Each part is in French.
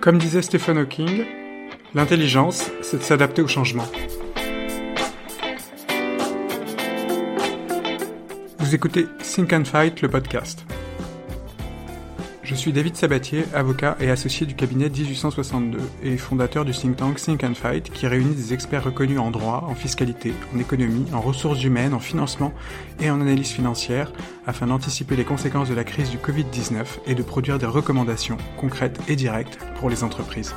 Comme disait Stephen Hawking, l'intelligence, c'est de s'adapter au changement. Vous écoutez Think and Fight, le podcast. Je suis David Sabatier, avocat et associé du cabinet 1862 et fondateur du think tank Think and Fight qui réunit des experts reconnus en droit, en fiscalité, en économie, en ressources humaines, en financement et en analyse financière afin d'anticiper les conséquences de la crise du Covid-19 et de produire des recommandations concrètes et directes pour les entreprises.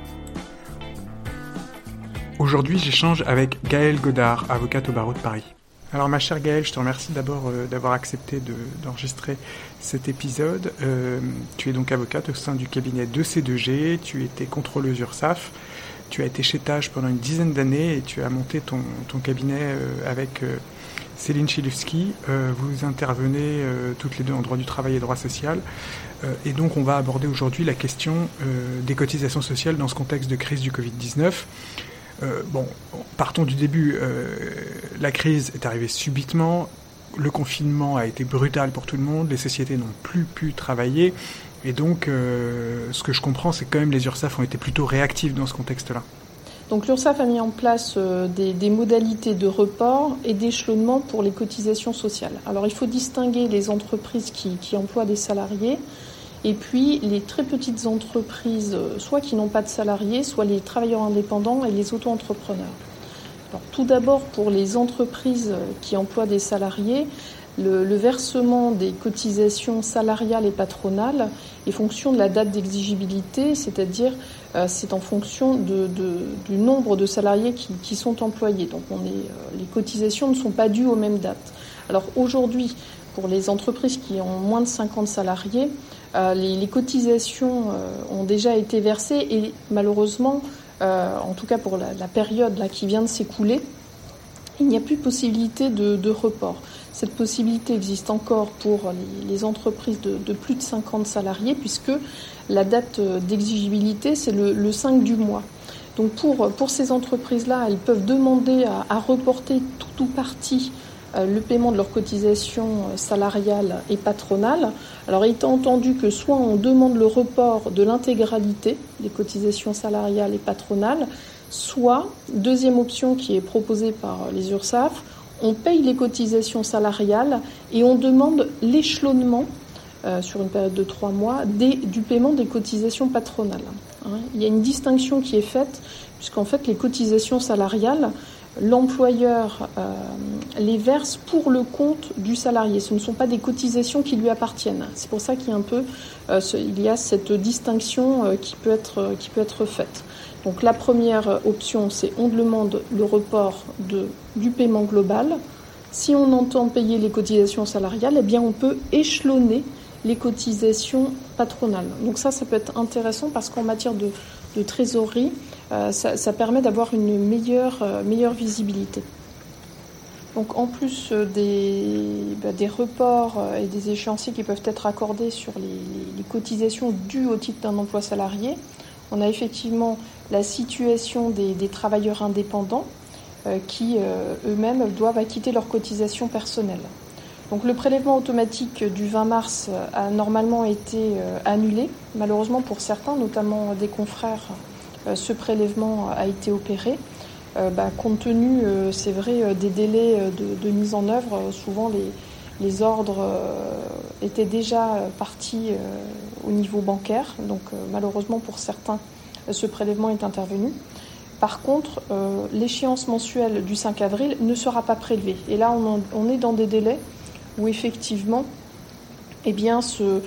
Aujourd'hui, j'échange avec Gaëlle Godard, avocate au barreau de Paris. Alors ma chère Gaëlle, je te remercie d'abord d'avoir accepté d'enregistrer cet épisode. Tu es donc avocate au sein du cabinet 2C2G, tu étais contrôleuse URSSAF, tu as été chez Tage pendant une dizaine d'années et tu as monté ton cabinet avec Céline Chilufsky. Vous intervenez toutes les deux en droit du travail et droit social. Et donc on va aborder aujourd'hui la question des cotisations sociales dans ce contexte de crise du Covid-19. Partons du début. La crise est arrivée subitement. Le confinement a été brutal pour tout le monde. Les sociétés n'ont plus pu travailler. Et donc, ce que je comprends, c'est que quand même les URSSAF ont été plutôt réactifs dans ce contexte-là. Donc l'URSSAF a mis en place des modalités de report et d'échelonnement pour les cotisations sociales. Alors il faut distinguer les entreprises qui emploient des salariés et puis les très petites entreprises, soit qui n'ont pas de salariés, soit les travailleurs indépendants et les auto-entrepreneurs. Alors, tout d'abord, pour les entreprises qui emploient des salariés, le versement des cotisations salariales et patronales est fonction de la date d'exigibilité, c'est-à-dire c'est en fonction du nombre de salariés qui sont employés. Donc les cotisations ne sont pas dues aux mêmes dates. Alors aujourd'hui, pour les entreprises qui ont moins de 50 salariés, les cotisations ont déjà été versées et malheureusement, en tout cas pour la période là, qui vient de s'écouler, il n'y a plus de possibilité de report. Cette possibilité existe encore pour les entreprises de plus de 50 salariés puisque la date d'exigibilité, c'est le 5 du mois. Donc pour ces entreprises-là, elles peuvent demander à reporter tout ou partie le paiement de leurs cotisations salariales et patronales. Alors, étant entendu que soit on demande le report de l'intégralité des cotisations salariales et patronales, soit, deuxième option qui est proposée par les URSSAF, on paye les cotisations salariales et on demande l'échelonnement sur une période de 3 mois du paiement des cotisations patronales. Il y a une distinction qui est faite puisqu'en fait les cotisations salariales, l'employeur les verse pour le compte du salarié. Ce ne sont pas des cotisations qui lui appartiennent. C'est pour ça qu'il y a il y a cette distinction qui peut être faite. Donc la première option, c'est on demande le report du paiement global. Si on entend payer les cotisations salariales, eh bien on peut échelonner les cotisations patronales. Donc ça peut être intéressant parce qu'en matière de trésorerie, ça permet d'avoir une meilleure visibilité. Donc en plus des reports et des échéanciers qui peuvent être accordés sur les cotisations dues au titre d'un emploi salarié, on a effectivement la situation des travailleurs indépendants qui eux-mêmes doivent acquitter leurs cotisations personnelles. Donc le prélèvement automatique du 20 mars a normalement été annulé, malheureusement pour certains, notamment des confrères. Ce prélèvement a été opéré. Compte tenu, c'est vrai, des délais de mise en œuvre, souvent les ordres étaient déjà partis au niveau bancaire. Donc malheureusement pour certains, ce prélèvement est intervenu. Par contre, l'échéance mensuelle du 5 avril ne sera pas prélevée. Et là, on est dans des délais où effectivement, eh bien, ce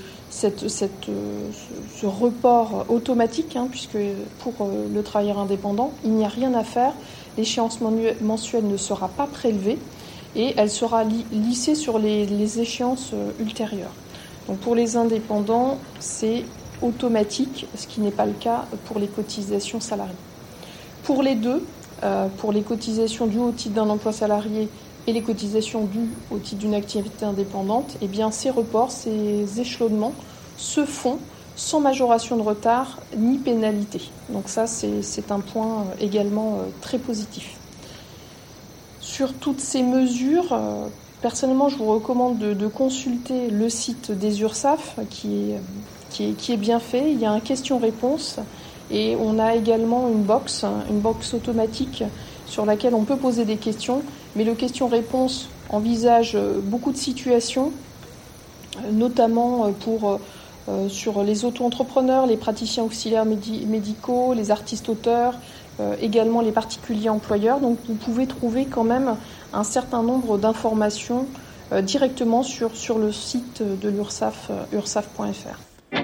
report automatique, puisque pour le travailleur indépendant, il n'y a rien à faire. L'échéance mensuelle ne sera pas prélevée et elle sera lissée sur les échéances ultérieures. Donc pour les indépendants, c'est automatique, ce qui n'est pas le cas pour les cotisations salariées. Pour les deux, pour les cotisations dues au titre d'un emploi salarié et les cotisations dues au titre d'une activité indépendante, eh bien ces reports, ces échelonnements se font sans majoration de retard ni pénalité. Donc ça, c'est un point également très positif. Sur toutes ces mesures, personnellement, je vous recommande de consulter le site des URSSAF qui est qui est bien fait. Il y a un question-réponse et on a également une box automatique sur laquelle on peut poser des questions. Mais le question-réponse envisage beaucoup de situations, notamment sur les auto-entrepreneurs, les praticiens auxiliaires médicaux, les artistes-auteurs, également les particuliers employeurs. Donc vous pouvez trouver quand même un certain nombre d'informations directement sur le site de l'URSSAF, ursaf.fr.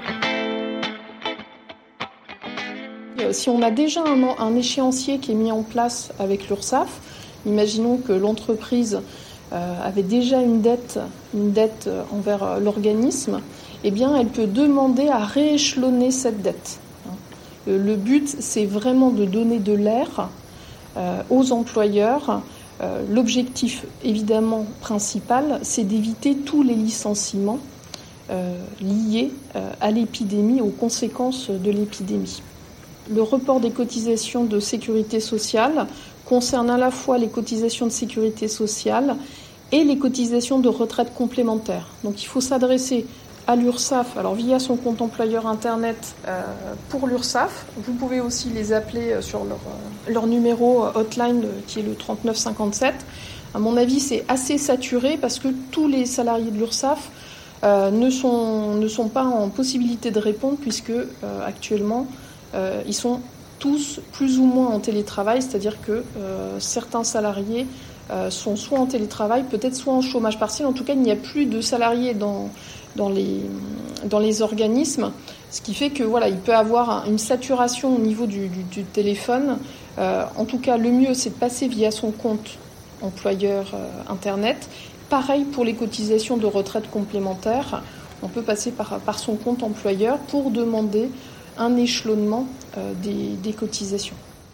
Si on a déjà un échéancier qui est mis en place avec l'URSSAF, imaginons que l'entreprise avait déjà une dette envers l'organisme, eh bien, elle peut demander à rééchelonner cette dette. Le but, c'est vraiment de donner de l'air aux employeurs. L'objectif, évidemment, principal, c'est d'éviter tous les licenciements liés à l'épidémie, aux conséquences de l'épidémie. Le report des cotisations de sécurité sociale concerne à la fois les cotisations de sécurité sociale et les cotisations de retraite complémentaire. Donc il faut s'adresser à l'URSSAF, alors via son compte employeur internet pour l'URSSAF. Vous pouvez aussi les appeler sur leur numéro hotline qui est le 3957. À mon avis, c'est assez saturé parce que tous les salariés de l'URSSAF ne sont pas en possibilité de répondre puisque actuellement ils sont tous plus ou moins en télétravail, c'est-à-dire que certains salariés sont soit en télétravail, peut-être soit en chômage partiel. En tout cas, il n'y a plus de salariés dans les organismes, ce qui fait que voilà, il peut avoir une saturation au niveau du téléphone. En tout cas, le mieux, c'est de passer via son compte employeur Internet. Pareil pour les cotisations de retraite complémentaire. On peut passer par son compte employeur pour demander un échelonnement des cotisations.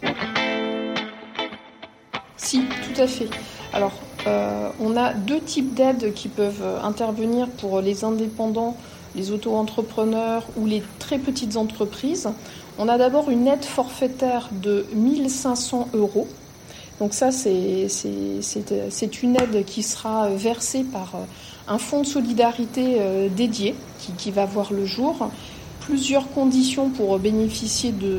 Si, tout à fait. Alors, on a deux types d'aides qui peuvent intervenir pour les indépendants, les auto-entrepreneurs ou les très petites entreprises. On a d'abord une aide forfaitaire de 1 500 €. Donc ça, c'est une aide qui sera versée par un fonds de solidarité dédié qui va voir le jour. Plusieurs conditions pour bénéficier de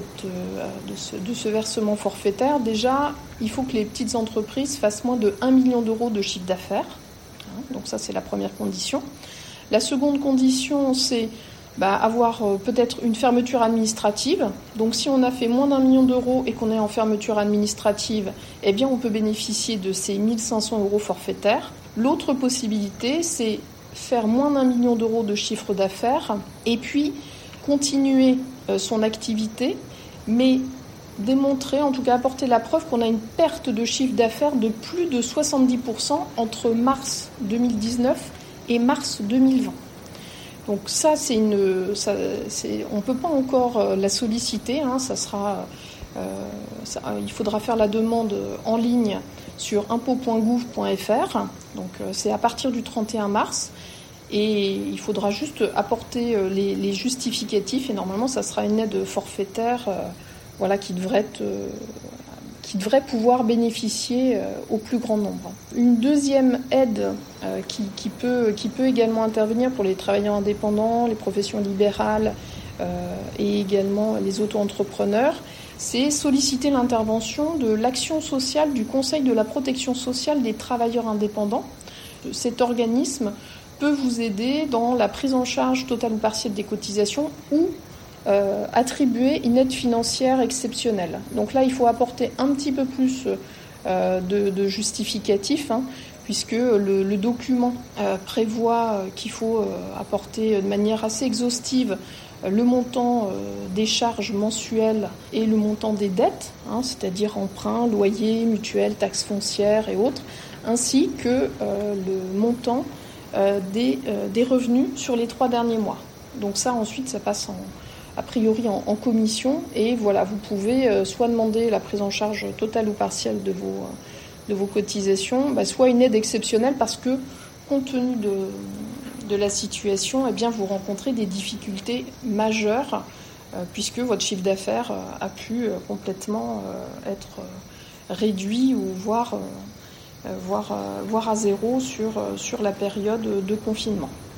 ce versement forfaitaire. Déjà, il faut que les petites entreprises fassent moins de 1 million d'euros de chiffre d'affaires. Donc ça, c'est la première condition. La seconde condition, c'est avoir peut-être une fermeture administrative. Donc si on a fait moins d'1 million d'euros et qu'on est en fermeture administrative, eh bien on peut bénéficier de ces 1 500 € forfaitaires. L'autre possibilité, c'est faire moins d'1 million d'euros de chiffre d'affaires et puis continuer son activité, mais démontrer, en tout cas apporter la preuve qu'on a une perte de chiffre d'affaires de plus de 70% entre mars 2019 et mars 2020. Donc ça, on ne peut pas encore la solliciter, il faudra faire la demande en ligne sur impôt.gouv.fr, donc c'est à partir du 31 mars, et il faudra juste apporter les justificatifs, et normalement ça sera une aide forfaitaire qui devrait pouvoir bénéficier au plus grand nombre. Une deuxième aide qui peut également intervenir pour les travailleurs indépendants, les professions libérales et également les auto-entrepreneurs, c'est solliciter l'intervention de l'action sociale du Conseil de la protection sociale des travailleurs indépendants. Cet organisme peut vous aider dans la prise en charge totale ou partielle des cotisations ou attribuer une aide financière exceptionnelle. Donc là, il faut apporter un petit peu plus de justificatifs, puisque le document prévoit qu'il faut apporter de manière assez exhaustive le montant des charges mensuelles et le montant des dettes, c'est-à-dire emprunt, loyer, mutuelle, taxes foncières et autres, ainsi que le montant des revenus sur les 3 derniers mois. Donc ça, ensuite, ça passe a priori en commission, et voilà, vous pouvez soit demander la prise en charge totale ou partielle de vos cotisations, soit une aide exceptionnelle parce que, compte tenu de la situation, eh bien, vous rencontrez des difficultés majeures puisque votre chiffre d'affaires a pu complètement être réduit ou voire à zéro sur la période de confinement.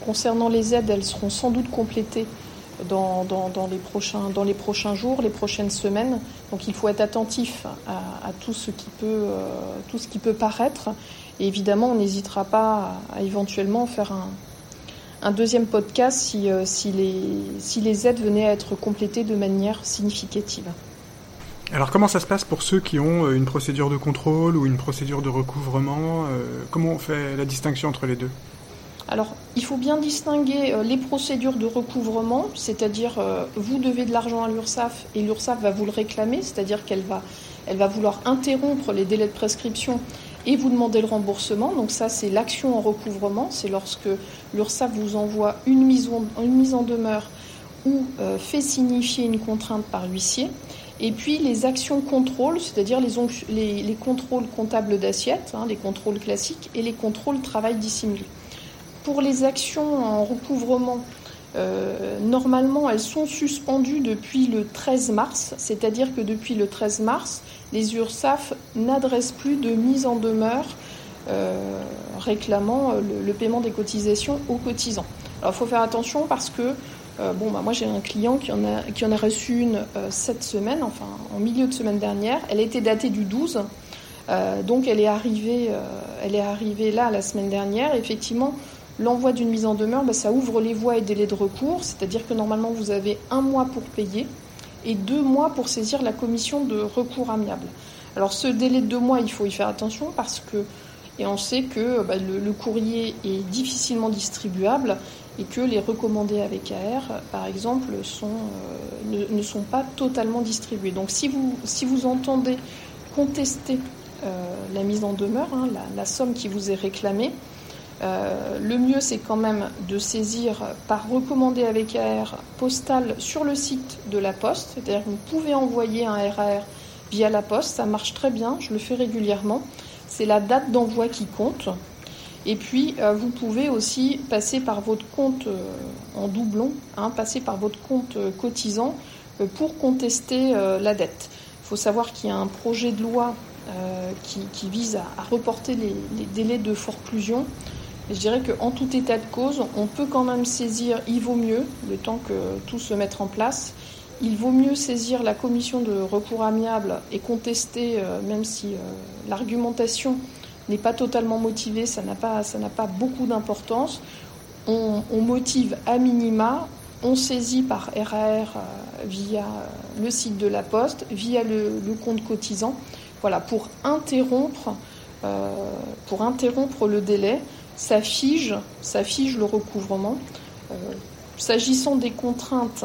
Concernant les aides, elles seront sans doute complétées dans les prochains jours, les prochaines semaines. Donc il faut être attentif à tout ce qui peut paraître. Et évidemment, on n'hésitera pas à éventuellement faire un deuxième podcast si les aides venaient à être complétées de manière significative. Alors comment ça se passe pour ceux qui ont une procédure de contrôle ou une procédure de recouvrement comment on fait la distinction entre les deux ? Alors, il faut bien distinguer les procédures de recouvrement, c'est-à-dire vous devez de l'argent à l'URSSAF et l'URSSAF va vous le réclamer, c'est-à-dire qu'elle va vouloir interrompre les délais de prescription et vous demander le remboursement. Donc ça, c'est l'action en recouvrement, c'est lorsque l'URSSAF vous envoie une mise en demeure ou fait signifier une contrainte par l'huissier. Et puis les actions contrôle, c'est-à-dire les contrôles comptables d'assiette, les contrôles classiques et les contrôles travail dissimulé. Pour les actions en recouvrement, normalement, elles sont suspendues depuis le 13 mars, c'est-à-dire que depuis le 13 mars, les URSSAF n'adressent plus de mise en demeure réclamant le paiement des cotisations aux cotisants. Alors, il faut faire attention parce que moi, j'ai un client qui en a reçu une cette semaine, enfin en milieu de semaine dernière. Elle était datée du 12, donc elle est arrivée là la semaine dernière. Effectivement, l'envoi d'une mise en demeure, ça ouvre les voies et délais de recours, c'est-à-dire que normalement vous avez 1 mois pour payer et 2 mois pour saisir la commission de recours amiable. Alors ce délai de 2 mois, il faut y faire attention parce que, et on sait que le courrier est difficilement distribuable et que les recommandés avec AR, par exemple, ne sont pas totalement distribués. Donc si vous entendez contester la mise en demeure, la somme qui vous est réclamée, le mieux, c'est quand même de saisir par recommandé avec AR postal sur le site de la Poste. C'est-à-dire que vous pouvez envoyer un RAR via la Poste. Ça marche très bien, je le fais régulièrement. C'est la date d'envoi qui compte. Et puis, vous pouvez aussi passer par votre compte en doublon, passer par votre compte cotisant pour contester la dette. Il faut savoir qu'il y a un projet de loi qui vise à reporter les délais de forclusion. Et je dirais qu'en tout état de cause, on peut quand même saisir, il vaut mieux, le temps que tout se mette en place, il vaut mieux saisir la commission de recours amiable et contester, même si l'argumentation n'est pas totalement motivée, ça n'a pas beaucoup d'importance. On motive à minima, on saisit par RAR via le site de la Poste, via le compte cotisant, voilà, pour interrompre le délai. Ça fige le recouvrement. S'agissant des contraintes,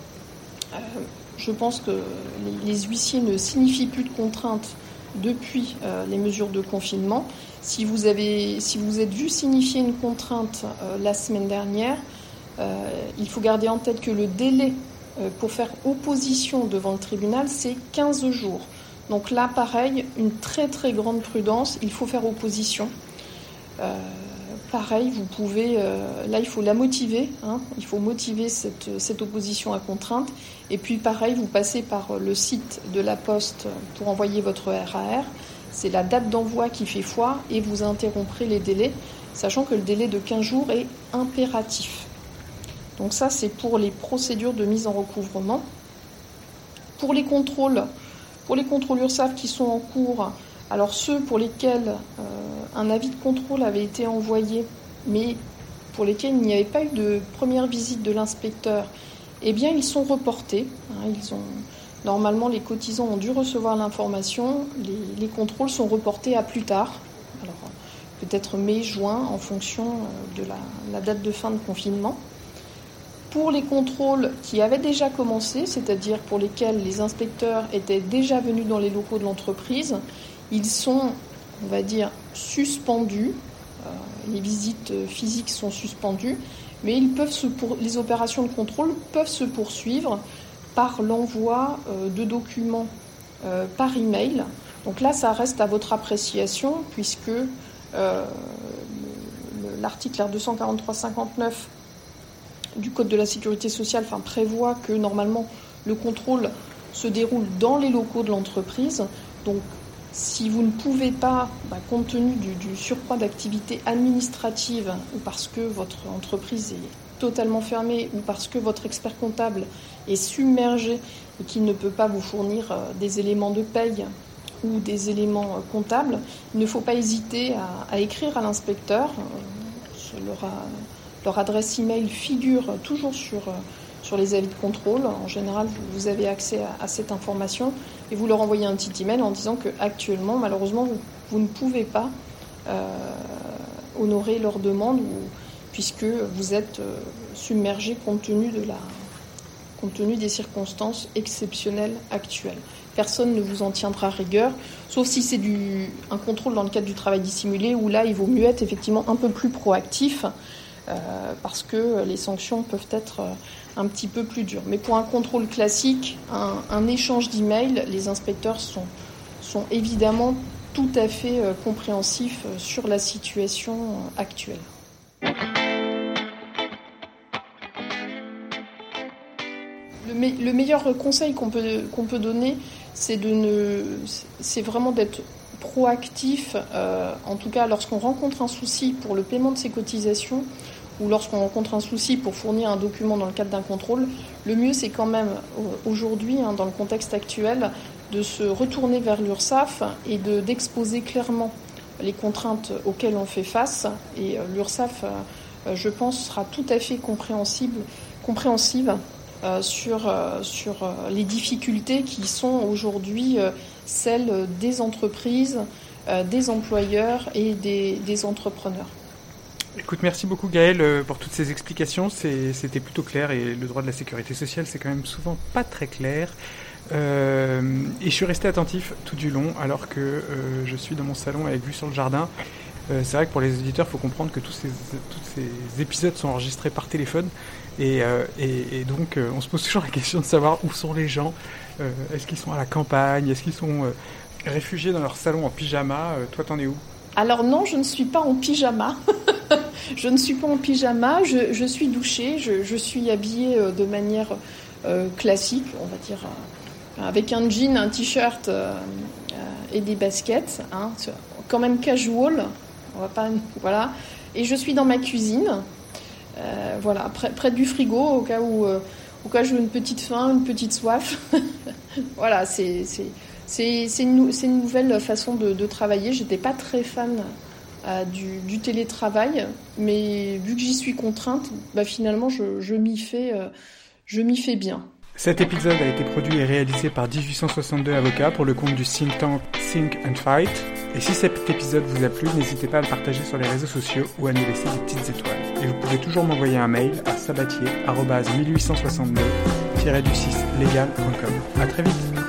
je pense que les huissiers ne signifient plus de contraintes depuis les mesures de confinement. Si vous êtes vu signifier une contrainte la semaine dernière, il faut garder en tête que le délai pour faire opposition devant le tribunal, c'est 15 jours. Donc là, pareil, une très très grande prudence, il faut faire opposition. Pareil, vous pouvez, là il faut la motiver, il faut motiver cette opposition à contrainte. Et puis pareil, vous passez par le site de la Poste pour envoyer votre RAR. C'est la date d'envoi qui fait foi et vous interromprez les délais, sachant que le délai de 15 jours est impératif. Donc ça, c'est pour les procédures de mise en recouvrement. Pour les contrôles URSSAF qui sont en cours, alors ceux pour lesquels un avis de contrôle avait été envoyé, mais pour lesquels il n'y avait pas eu de première visite de l'inspecteur, eh bien ils sont reportés. Normalement, les cotisants ont dû recevoir l'information. Les contrôles sont reportés à plus tard. Alors peut-être mai, juin, en fonction de la date de fin de confinement. Pour les contrôles qui avaient déjà commencé, c'est-à-dire pour lesquels les inspecteurs étaient déjà venus dans les locaux de l'entreprise, ils sont, on va dire, suspendus. Les visites physiques sont suspendues, mais les opérations de contrôle peuvent se poursuivre par l'envoi de documents par email. Donc là, ça reste à votre appréciation, puisque l'article R243-59 du Code de la Sécurité sociale prévoit que normalement le contrôle se déroule dans les locaux de l'entreprise. Donc Si vous ne pouvez pas, compte tenu du surcroît d'activité administrative, ou parce que votre entreprise est totalement fermée, ou parce que votre expert comptable est submergé et qu'il ne peut pas vous fournir des éléments de paye ou des éléments comptables, il ne faut pas hésiter à écrire à l'inspecteur. Leur adresse email figure toujours sur les avis de contrôle. En général, vous avez accès à cette information et vous leur envoyez un petit email en disant qu'actuellement, malheureusement, vous ne pouvez pas honorer leur demande puisque vous êtes submergé compte tenu des circonstances exceptionnelles actuelles. Personne ne vous en tiendra rigueur, sauf si c'est un contrôle dans le cadre du travail dissimulé, où là, il vaut mieux être effectivement un peu plus proactif, parce que les sanctions peuvent être un petit peu plus dures. Mais pour un contrôle classique, un échange d'emails, les inspecteurs sont évidemment tout à fait compréhensifs sur la situation actuelle. Le meilleur conseil qu'on peut donner, c'est vraiment d'être proactif, en tout cas lorsqu'on rencontre un souci pour le paiement de ses cotisations ou lorsqu'on rencontre un souci pour fournir un document dans le cadre d'un contrôle. Le mieux, c'est quand même aujourd'hui, dans le contexte actuel, de se retourner vers l'URSSAF et d'exposer clairement les contraintes auxquelles on fait face. Et l'URSSAF, je pense, sera tout à fait compréhensive sur les difficultés qui sont aujourd'hui celles des entreprises, des employeurs et des entrepreneurs. Écoute, merci beaucoup Gaëlle pour toutes ces explications, c'était plutôt clair et le droit de la sécurité sociale c'est quand même souvent pas très clair. Et je suis resté attentif tout du long alors que je suis dans mon salon avec vue sur le jardin. C'est vrai que pour les auditeurs, il faut comprendre que tous ces épisodes sont enregistrés par téléphone et donc on se pose toujours la question de savoir où sont les gens. Est-ce qu'ils sont à la campagne? Est-ce qu'ils sont réfugiés dans leur salon en pyjama? Toi, t'en es où? Alors non, je ne suis pas en pyjama. Je ne suis pas en pyjama, je suis douchée, je suis habillée de manière classique, on va dire, avec un jean, un t-shirt et des baskets, quand même casual. Voilà. Et je suis dans ma cuisine, près du frigo, au cas où j'ai une petite faim, une petite soif. Voilà, c'est une nouvelle façon de travailler. J'étais pas très fan du télétravail, mais vu que j'y suis contrainte, finalement je m'y fais bien. Cet épisode a été produit et réalisé par 1862 avocats pour le compte du think tank Think and Fight. Et si cet épisode vous a plu, n'hésitez pas à le partager sur les réseaux sociaux ou à nous laisser des petites étoiles. Et vous pouvez toujours m'envoyer un mail à sabatier@1862-6legal.com. À très vite.